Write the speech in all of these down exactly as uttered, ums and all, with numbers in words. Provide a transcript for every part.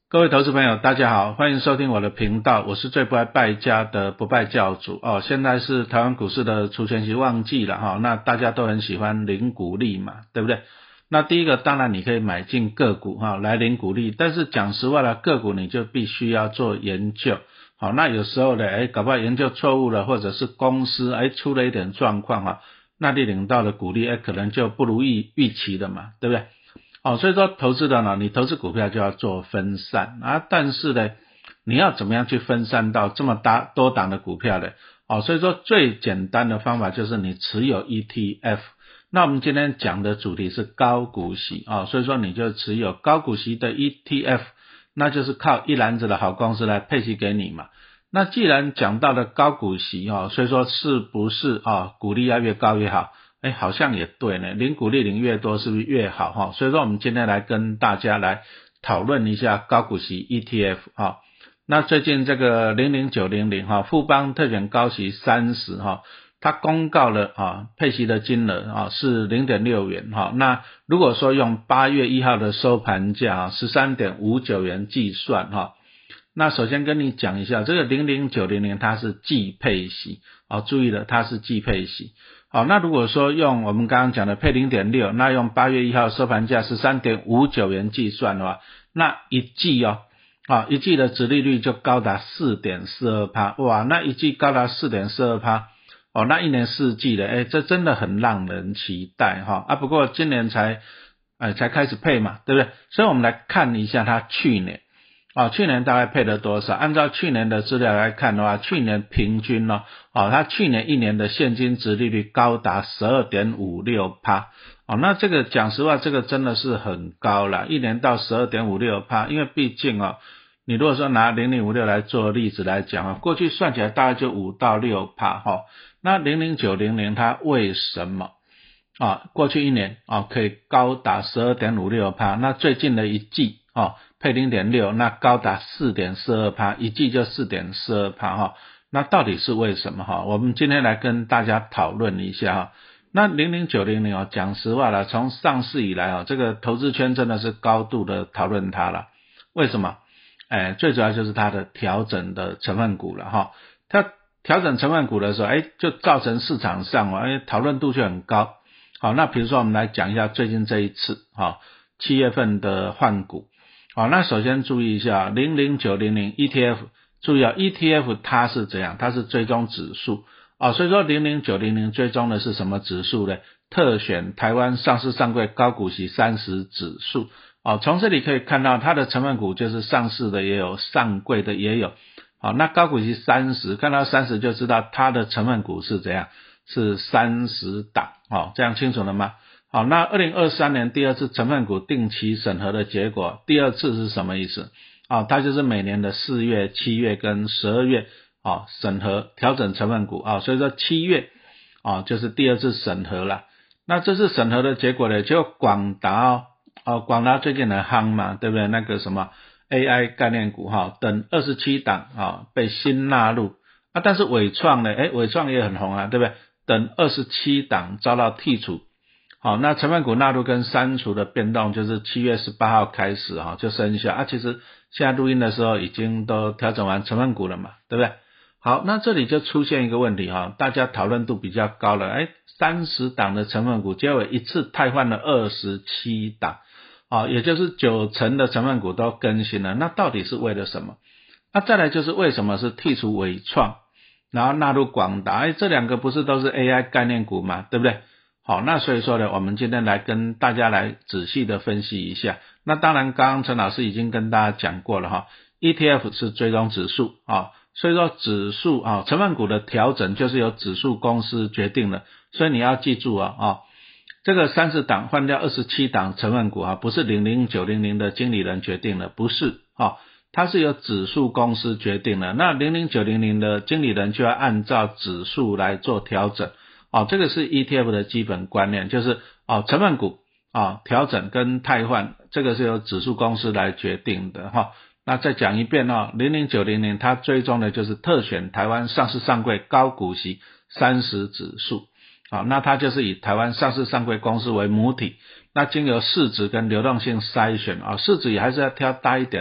各位投资朋友大家好，欢迎收听我的频道，我是最不爱败家的不败教主哦。现在是台湾股市的除权息旺季了哈、哦，那大家都很喜欢领股利嘛，对不对？那第一个当然你可以买进个股哈、哦、来领股利，但是讲实话了，个股你就必须要做研究。好，那有时候呢，诶搞不好研究错误了，或者是公司诶出了一点状况哈，那你领到的股利诶可能就不如预预期的嘛，对不对？哦，所以说投资的呢，你投资股票就要做分散啊，但是呢，你要怎么样去分散到这么大多档的股票呢？哦，所以说最简单的方法就是你持有 E T F。那我们今天讲的主题是高股息啊、哦，所以说你就持有高股息的 E T F， 那就是靠一篮子的好公司来配息给你嘛。那既然讲到了高股息哦，所以说是不是啊、哦、股利要越高越好？哎，好像也对呢，领股利领越多是不是越好哈？所以说我们今天来跟大家来讨论一下高股息 E T F 哈。那最近这个零零九零零哈，富邦特选高息三十哈，它公告了啊配息的金额啊是 零点六元哈。那如果说用八月一号的收盘价 十三点五九元计算哈，那首先跟你讲一下，这个零零九零零它是季配息啊，注意了，它是季配息。好，那如果说用我们刚刚讲的配 零点六， 那用八月一号收盘价 十三点五九元计算的话，那一季哦啊一季的殖利率就高达 四点四二%， 哇，那一季高达 四点四二%， 哦，那一年四季的，诶这真的很让人期待哈啊，不过今年才呃才开始配嘛，对不对？所以我们来看一下它去年哦，去年大概配了多少？按照去年的资料来看的话，去年平均呢、哦，哦，它去年一年的现金殖利率高达 十二点五六%， 哦，那这个讲实话，这个真的是很高了，一年到 十二点五六%， 因为毕竟哦，你如果说拿零零五六来做例子来讲啊，过去算起来大概就五到 百分之六 哈、哦，那零零九零零它为什么啊、哦、过去一年啊、哦、可以高达 十二点五六%， 那最近的一季哦配 零点六， 那高达 四点四二%， 一季就 四点四二% 哈，那到底是为什么哈？我们今天来跟大家讨论一下哈。那零零九零零哦，讲实话啦，从上市以来哦，这个投资圈真的是高度的讨论它了。为什么？哎，最主要就是它的调整的成分股了哈。它调整成分股的时候，哎，就造成市场上哦，哎，讨论度就很高。好，那比如说我们来讲一下最近这一次哈，七月份的换股。好，那首先注意一下零零九零零 E T F， 注意啊 E T F 它是怎样？它是追踪指数啊、哦，所以说零零九零零追踪的是什么指数呢？特选台湾上市上柜高股息三十指数哦，从这里可以看到它的成分股就是上市的也有，上柜的也有。好，那高股息三十，看到三十就知道它的成分股是怎样，是三十档哦，这样清楚了吗？好，那二零二三年第二次成分股定期审核的结果，第二次是什么意思？啊、哦，它就是每年的四月、七月跟十二月啊、哦、审核调整成分股啊、哦，所以说七月啊、哦、就是第二次审核了。那这次审核的结果呢，就广达哦，哦广达最近很夯嘛，对不对？那个什么 A I 概念股哈、哦，等二十七档啊、哦、被新纳入啊，但是伟创呢，诶伟创也很红啊，对不对？等二十七档遭到剔除。好，那成分股纳入跟删除的变动就是七月十八号开始哈、哦、就生效啊，其实现在录音的时候已经都调整完成分股了嘛，对不对？好，那这里就出现一个问题哈、哦，大家讨论度比较高了，诶三十档的成分股结果一次汰换了二十七档啊、哦，也就是九成的成分股都更新了，那到底是为了什么？那再来就是为什么是剔除伟创，然后纳入广达，诶这两个不是都是 A I 概念股嘛，对不对？好，那所以说呢，我们今天来跟大家来仔细的分析一下。那当然刚刚陈老师已经跟大家讲过了哈 ，E T F 是追踪指数啊，所以说指数啊成分股的调整就是由指数公司决定的，所以你要记住啊啊，这个三十档换掉二十七档成分股啊，不是零零九零零的经理人决定的，不是啊，它是由指数公司决定的。那零零九零零的经理人就要按照指数来做调整。哦，这个是 E T F 的基本观念，就是哦成分股啊、哦、调整跟汰换，这个是由指数公司来决定的哈、哦。那再讲一遍哦，零零九零零它追踪的就是特选台湾上市上柜高股息三十指数，好、哦，那它就是以台湾上市上柜公司为母体，那经由市值跟流动性筛选啊、哦，市值也还是要挑大一点的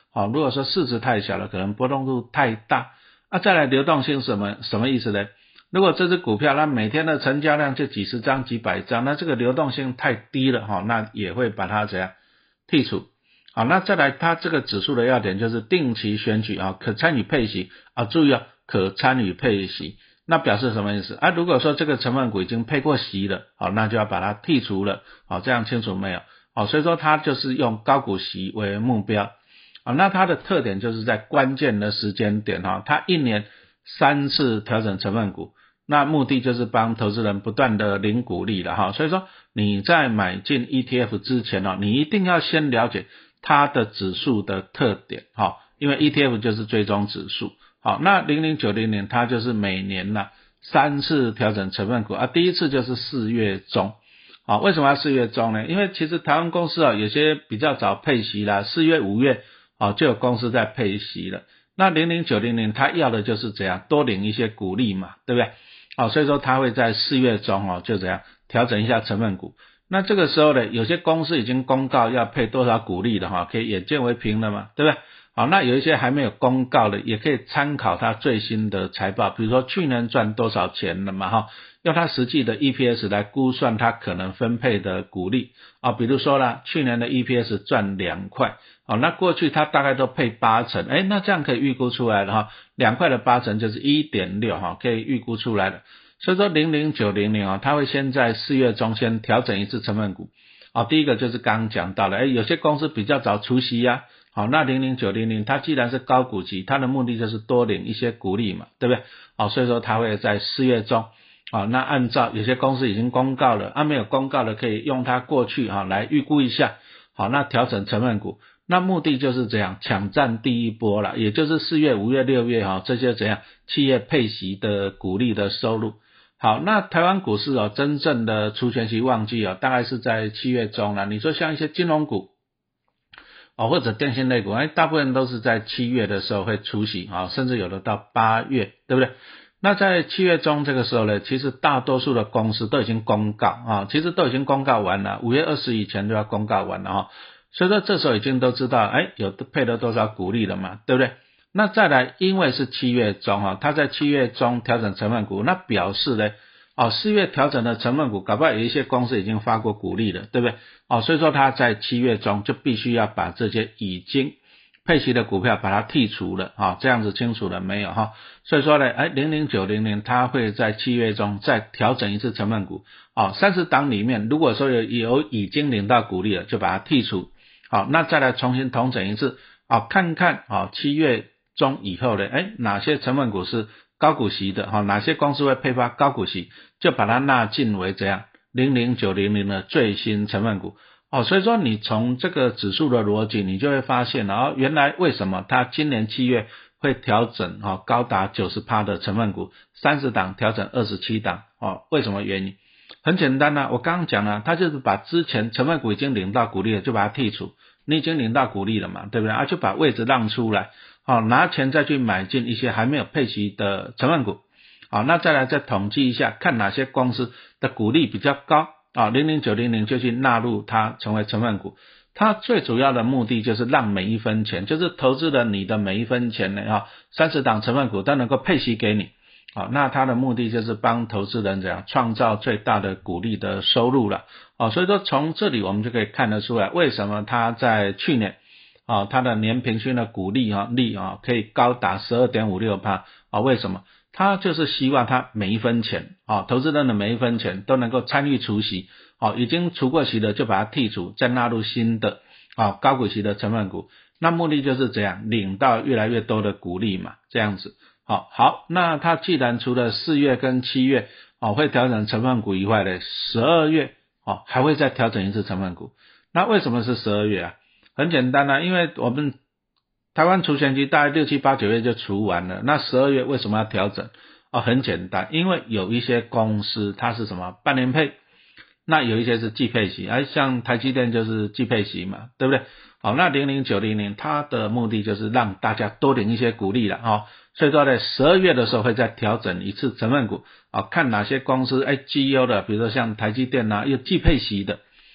好，如果说市值太小了，可能波动度太大。啊，再来流动性什么什么意思呢？如果这只股票它每天的成交量就几十张几百张，那这个流动性太低了哈，那也会把它怎样剔除。好，那再来它这个指数的要点就是定期选举啊，可参与配息啊，注意啊，可参与配息，那表示什么意思啊？如果说这个成分股已经配过息了，好，那就要把它剔除了，好，这样清楚没有？好，所以说它就是用高股息为目标。好，那它的特点就是在关键的时间点哈，它一年三次调整成分股，那目的就是帮投资人不断的领股利了哈。所以说你在买进 E T F 之前哦，你一定要先了解它的指数的特点哈，因为 E T F 就是追踪指数。好，那零零九零零它就是每年啦三次调整成分股啊，第一次就是四月中。好，为什么要四月中呢？因为其实台湾公司啊，有些比较早配息啦，四月五月哦，就有公司在配息了。那零零九零零它要的就是怎样多领一些股利嘛，对不对？好，所以说它会在四月中哦，就怎样调整一下成分股。那这个时候呢，有些公司已经公告要配多少股利的哈，可以眼见为凭了嘛，对不对？好，那有一些还没有公告的，也可以参考它最新的财报，比如说去年赚多少钱了嘛哈，用它实际的 E P S 来估算它可能分配的股利啊，比如说啦，去年的 E P S 赚两块，好，那过去它大概都配八成，诶，那这样可以预估出来了哈，两块的八成就是 一点六 哈，可以预估出来了。所以说零零九零零啊，它会先在四月中先调整一次成分股。好，第一个就是刚刚讲到了，诶，有些公司比较早除息呀、啊。好，那零零九零零它既然是高股息，它的目的就是多领一些股利嘛，对不对？好，所以说它会在四月中，好，那按照有些公司已经公告了，啊没有公告的可以用它过去哈来预估一下，好，那调整成分股，那目的就是这样抢占第一波了，也就是四月、五月、六月哈这些怎样企业配息的股利的收入。好，那台湾股市哦，真正的除权息旺季哦，大概是在七月中了。你说像一些金融股哦，或者电信类股，哎，大部分都是在七月的时候会除息啊，甚至有的到八月，对不对？那在七月中这个时候呢，其实大多数的公司都已经公告啊，其实都已经公告完了，五月二十以前就要公告完了哈，所以说这时候已经都知道，哎，有配了多少股利了嘛，对不对？那再来，因为是七月中哈，它在七月中调整成分股，那表示呢，哦，四月调整的成分股，搞不好有一些公司已经发过股利了，对不对？哦，所以说它在七月中就必须要把这些已经配息的股票把它剔除了，啊、哦，这样子清楚了没有哈？所以说呢，哎，零零九零零它会在七月中再调整一次成分股，哦，三十档里面如果说有有已经领到股利了，就把它剔除，好、哦，那再来重新统整一次，哦，看看哦，七月中以后呢，哎，哪些成分股是高股息的哈，哪些公司会配发高股息，就把它纳进为怎样零零九零零的最新成分股哦。所以说你从这个指数的逻辑，你就会发现哦，原来为什么它今年七月会调整哦，高达 百分之九十 的成分股，三十档调整二十七档哦，为什么原因？很简单啊，我刚刚讲了，它就是把之前成分股已经领到股利了，就把它剔除，你已经领到股利了嘛，对不对啊？就把位置让出来。好，拿钱再去买进一些还没有配息的成分股。好，那再来再统计一下，看哪些公司的股利比较高啊，零零九零零就去纳入它成为成分股。它最主要的目的就是让每一分钱，就是投资的你的每一分钱呢啊，三十档成分股都能够配息给你。好，那它的目的就是帮投资人怎样创造最大的股利的收入了。好，所以说从这里我们就可以看得出来，为什么它在去年啊、哦，它的年平均的股利啊利啊可以高达 百分之十二点五六 啊，为什么？它就是希望它每一分钱啊、哦，投资人的每一分钱都能够参与除息，哦，已经除过息的就把它剔除，再纳入新的啊、哦、高股息的成分股，那目的就是这样领到越来越多的股利嘛，这样子。好，好，那它既然除了四月跟七月哦会调整成分股以外的，十二月哦还会再调整一次成分股，那为什么是十二月啊？很简单啊，因为我们台湾除权期大概六七八九月就除完了，那十二月为什么要调整？哦，很简单，因为有一些公司它是什么半年配，那有一些是季配息，而像台积电就是季配息嘛，对不对？好，那零零九零零它的目的就是让大家多领一些股利了哦，所以说在十二月的时候会再调整一次成分股啊、哦，看哪些公司哎绩优的，比如说像台积电啊，有季配息的。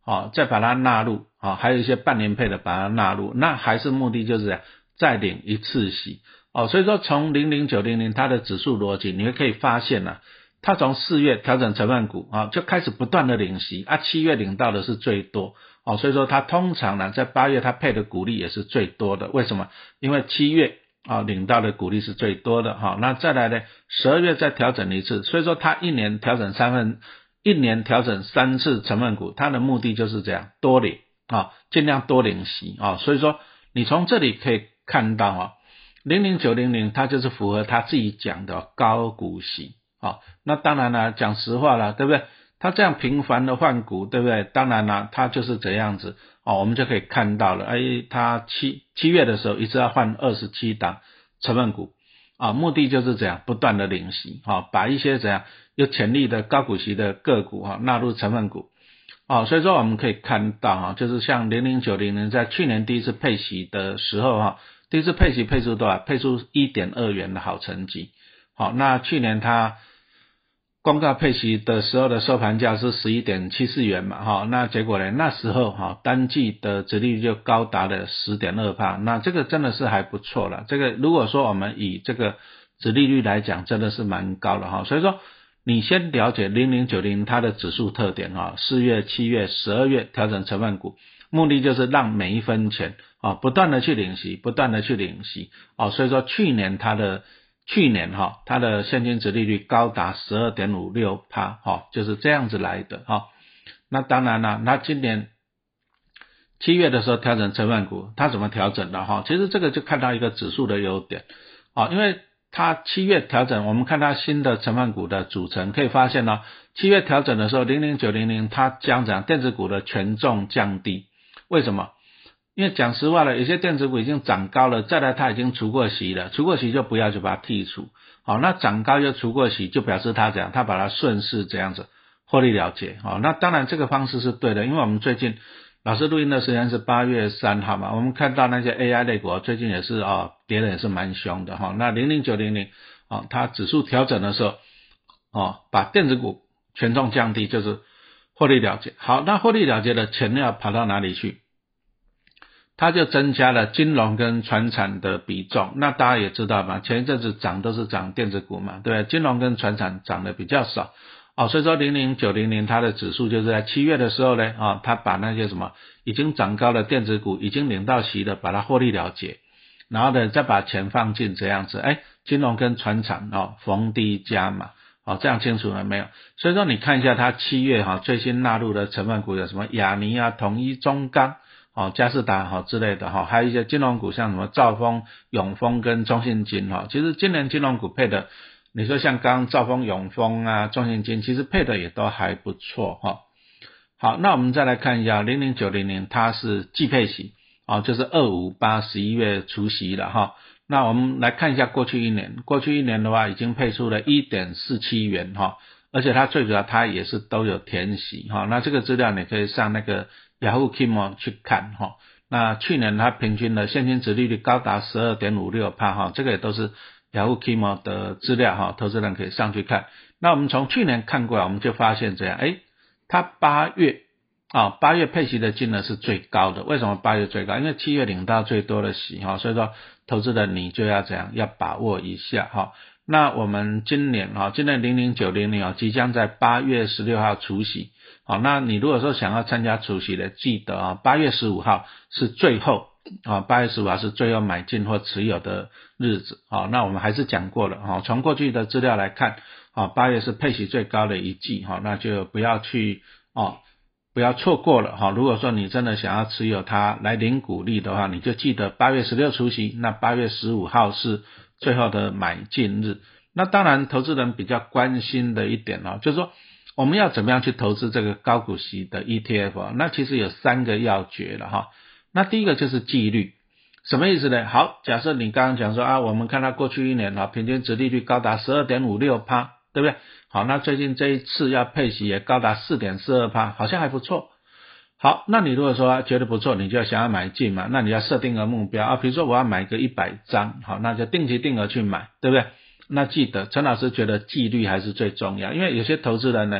哦，再把它纳入，哦，还有一些半年配的把它纳入，那还是目的就是这样，再领一次息。哦，所以说从零零九零零它的指数逻辑，你会可以发现啊，它从四月调整成分股啊，就开始不断的领息啊，七月领到的是最多。哦，所以说它通常呢，在八月它配的股利也是最多的。为什么？因为七月啊领到的股利是最多的哈。那再来呢，十二月再调整一次，所以说它一年调整三分，一年调整三次成分股，它的目的就是这样，多领啊，尽量多领息啊。所以说你从这里可以看到啊，零零九零零它就是符合他自己讲的高股息啊。那当然了，讲实话了，对不对？他这样频繁的换股，对不对？当然啦，他就是这样子哦，我们就可以看到了，哎，他七七月的时候一直要换二十七档成分股啊，目的就是这样，不断的领息啊，把一些怎样有潜力的高股息的个股哈、啊、纳入成分股啊，所以说我们可以看到哈、啊，就是像零零九零零在去年第一次配息的时候哈、啊，第一次配息配出多少？配出 一点二元的好成绩。好，那去年它公告配息的时候的收盘价是 十一点七四元嘛，哈，那结果呢，那时候哈单季的殖利率就高达了 百分之十点二， 那这个真的是还不错了。这个如果说我们以这个殖利率来讲，真的是蛮高的哈。所以说你先了解零零九零它的指数特点哈，四月、七月、十二月调整成分股，目的就是让每一分钱啊不断的去领息，不断的去领息啊，所以说去年它的去年哈、哦，它的现金殖利率高达 百分之十二点五六 哈、哦，就是这样子来的哈、哦。那当然了，那今年七月的时候调整成分股，它怎么调整的哈、哦？其实这个就看到一个指数的优点啊、哦，因为它七月调整，我们看它新的成分股的组成，可以发现呢，七月调整的时候，零零九零零它将讲电子股的权重降低，为什么？因为讲实话了，有些电子股已经涨高了，再来它已经除过息了，除过息就不要就把它剔除。好，那涨高又除过息，就表示它怎样，它把它顺势这样子获利了结。好，那当然这个方式是对的，因为我们最近老师录音的时间是八月三号嘛，我们看到那些 A I 类股最近也是哦跌的也是蛮凶的哈。那零零九零零哦，它指数调整的时候哦，把电子股权重降低，就是获利了结。好，那获利了结的钱要跑到哪里去？它就增加了金融跟传产的比重，那大家也知道嘛，前一阵子涨都是涨电子股嘛，对不对？金融跟传产涨得比较少，哦，所以说零零九零零它的指数就是在七月的时候呢，啊，它把那些什么已经涨高的电子股已经领到息的，把它获利了结，然后呢再把钱放进这样子，哎，金融跟传产哦逢低加码，哦，这样清楚了没有？所以说你看一下它七月哈、哦、最新纳入的成分股有什么亚泥啊、统一、中钢。哦，佳士达哈之类的哈，还有一些金融股，像什么兆丰、永丰跟中信金哈，其实今年金融股配的，你说像刚刚兆丰、永丰啊、中信金，其实配的也都还不错哈。好，那我们再来看一下零零九零零，它是季配息啊，就是二五八十一月除息了哈。那我们来看一下过去一年，过去一年的话已经配出了 一点四七元哈，而且它最主要它也是都有填息哈。那这个资料你可以上那个Yahoo Kimo 去看哈，那去年它平均的现金殖利率高达 百分之十二点五六 哈，这个也都是 Yahoo Kimo 的资料哈，投资人可以上去看。那我们从去年看过来，我们就发现这样，诶，它八月啊八月配息的金额是最高的，为什么八月最高？因为七月领到最多的息哈，所以说投资人你就要这样要把握一下哈。那我们今年啊，今年零零九零零啊，即将在八月十六号除息。好，那你如果说想要参加除息的，记得啊，八月十五号是最后啊，八月十五号是最后买进或持有的日子。好，那我们还是讲过了啊，从过去的资料来看，啊，八月是配息最高的一季，哈，那就不要去哦，不要错过了哈。如果说你真的想要持有它来领股利的话，你就记得八月十六除息，那八月十五号是最后的买进日。那当然，投资人比较关心的一点哦，就是说，我们要怎么样去投资这个高股息的 E T F 啊？那其实有三个要诀了哈。那第一个就是纪律，什么意思呢？好，假设你刚刚讲说啊，我们看到过去一年啊，平均殖利率高达 百分之十二点五六， 对不对？好，那最近这一次要配息也高达 百分之四点四二， 好像还不错。好，那你如果说觉得不错，你就要想要买进嘛，那你要设定个目标啊，比如说我要买个一百张，好，那就定期定额去买，对不对？那记得陈老师觉得纪律还是最重要，因为有些投资人呢，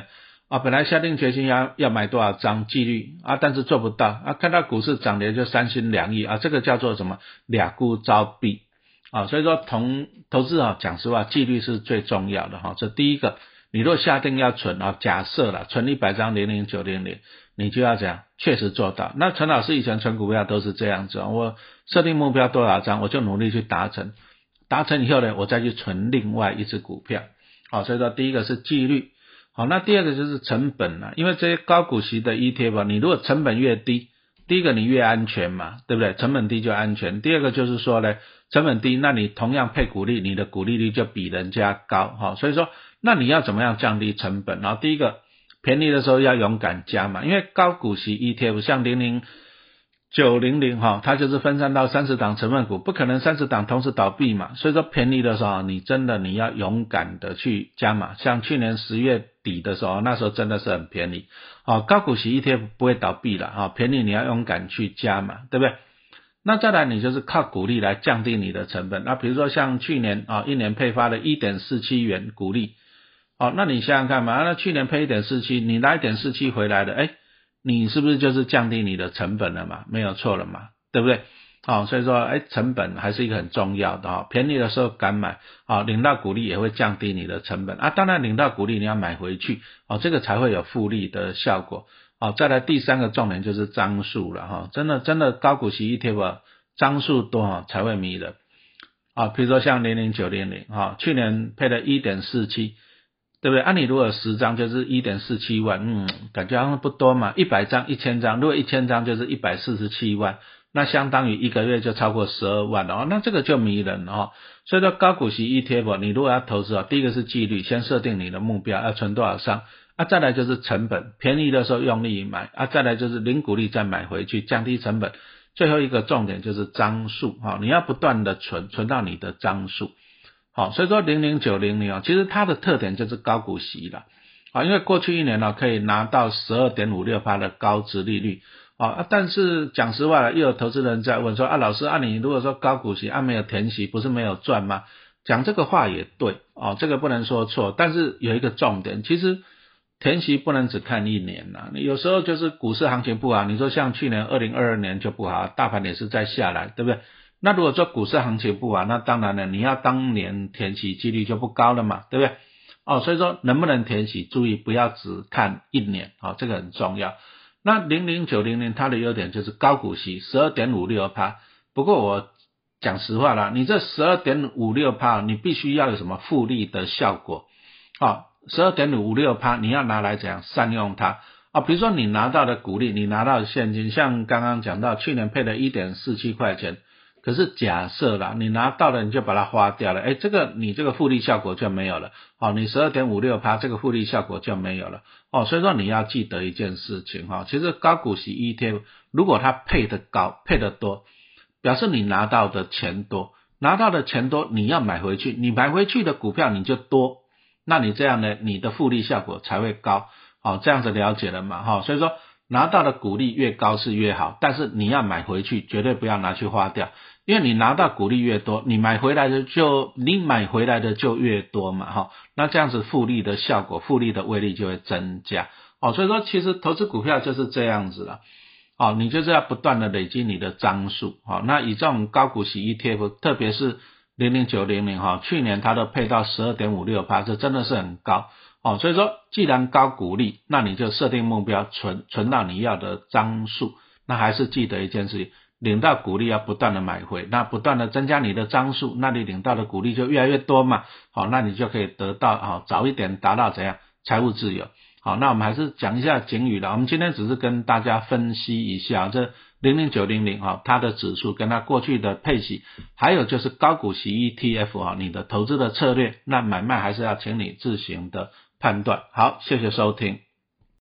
啊，本来下定决心要要买多少张纪律啊，但是做不到啊，看到股市涨跌就三心两意啊，这个叫做什么俩孤招避啊，所以说同投资啊，讲实话纪律是最重要的哈，这第一个。你若下定要存啊，假设啦，存一百张零零九零零，你就要这样确实做到。那陈老师以前存股票都是这样子，我设定目标多少张，我就努力去达成，达成以后呢，我再去存另外一只股票。好，所以说第一个是纪律，好，那第二个就是成本啦，因为这些高股息的 E T F 你如果成本越低，第一个你越安全嘛，对不对？成本低就安全。第二个就是说呢，成本低，那你同样配股利，你的股利率就比人家高，好，所以说那你要怎么样降低成本？然后第一个便宜的时候要勇敢加嘛，因为高股息 E T F 像零零九零零哈，它就是分散到三十档成分股，不可能三十档同时倒闭嘛，所以说便宜的时候你真的你要勇敢的去加码，像去年十月底的时候，那时候真的是很便宜，哦，高股息 E T F 不会倒闭了，哦，便宜你要勇敢去加码，对不对？那再来你就是靠股利来降低你的成本，那比如说像去年啊、哦、一年配发的 一点四七元股利，哦，那你想想看嘛，那去年配 一点四七， 你拿 一点四七 回来的，诶你是不是就是降低你的成本了嘛？没有错了嘛，对不对？好、哦，所以说诶成本还是一个很重要的哦，便宜的时候敢买，好、哦，领到股利也会降低你的成本啊，当然领到股利你要买回去，哦，这个才会有复利的效果。好、哦，再来第三个重点就是张数了哈、哦，真的真的高股息 E T F 张数多、哦、才会迷人啊，比如说像零零九零零哈，去年配了 一点四七。对不对？按、啊、你如果十张就是 一点四七万，嗯，感觉好像不多嘛。一百张一千张，如果一千张就是一百四十七万，那相当于一个月就超过十二万了哦，那这个就迷人了哦。所以说高股息 E T F 你如果要投资啊，第一个是纪律，先设定你的目标要存多少张啊，再来就是成本，便宜的时候用力买啊，再来就是零股利再买回去，降低成本。最后一个重点就是张数哈、哦，你要不断的存，存到你的张数。好，所以说零零九零零啊，其实它的特点就是高股息啦，啊，因为过去一年呢、啊、可以拿到 百分之十二点五六 的高殖利率啊，但是讲实话了，又有投资人在问说啊，老师啊，你如果说高股息啊没有填息，不是没有赚吗？讲这个话也对哦，这个不能说错，但是有一个重点，其实填息不能只看一年呐、啊，有时候就是股市行情不好，你说像去年二零二二年就不好，大盘也是在下来，对不对？那如果说股市行情不好，那当然了，你要当年填息几率就不高了嘛，对不对？哦，所以说能不能填息，注意不要只看一年，哦，这个很重要。那零零九零零它的优点就是高股息 百分之十二点五六， 不过我讲实话啦，你这 百分之十二点五六 你必须要有什么复利的效果，哦 百分之十二点五六 你要拿来怎样善用它啊、哦？比如说你拿到的股利，你拿到的现金，像刚刚讲到去年配的 一点四七块钱，可是假设啦，你拿到了你就把它花掉了，诶这个你这个复利效果就没有了，哦，你 百分之十二点五六 这个复利效果就没有了，哦，所以说你要记得一件事情哈、哦，其实高股息 E T F 如果它配得高，配得多，表示你拿到的钱多，拿到的钱多，你要买回去，你买回去的股票你就多，那你这样呢，你的复利效果才会高，哦，这样子了解了嘛，哈、哦，所以说拿到的股利越高是越好，但是你要买回去，绝对不要拿去花掉，因为你拿到股利越多，你买回来的就你买回来的就越多嘛，哈、哦，那这样子复利的效果，复利的威力就会增加，哦，所以说其实投资股票就是这样子了，哦，你就是要不断的累积你的张数，哦，那以这种高股息 E T F， 特别是零零九零零哈，去年它都配到 百分之十二点五六， 这真的是很高。哦，所以说既然高股利，那你就设定目标存存到你要的张数，那还是记得一件事情，领到股利要不断的买回，那不断的增加你的张数，那你领到的股利就越来越多嘛，好，那你就可以得到好早一点达到怎样财务自由。好，那我们还是讲一下警语了，我们今天只是跟大家分析一下这零零九零零哈，它的指数跟它过去的配息，还有就是高股息 E T F 哈，你的投资的策略，那买卖还是要请你自行的判断。好，谢谢收听。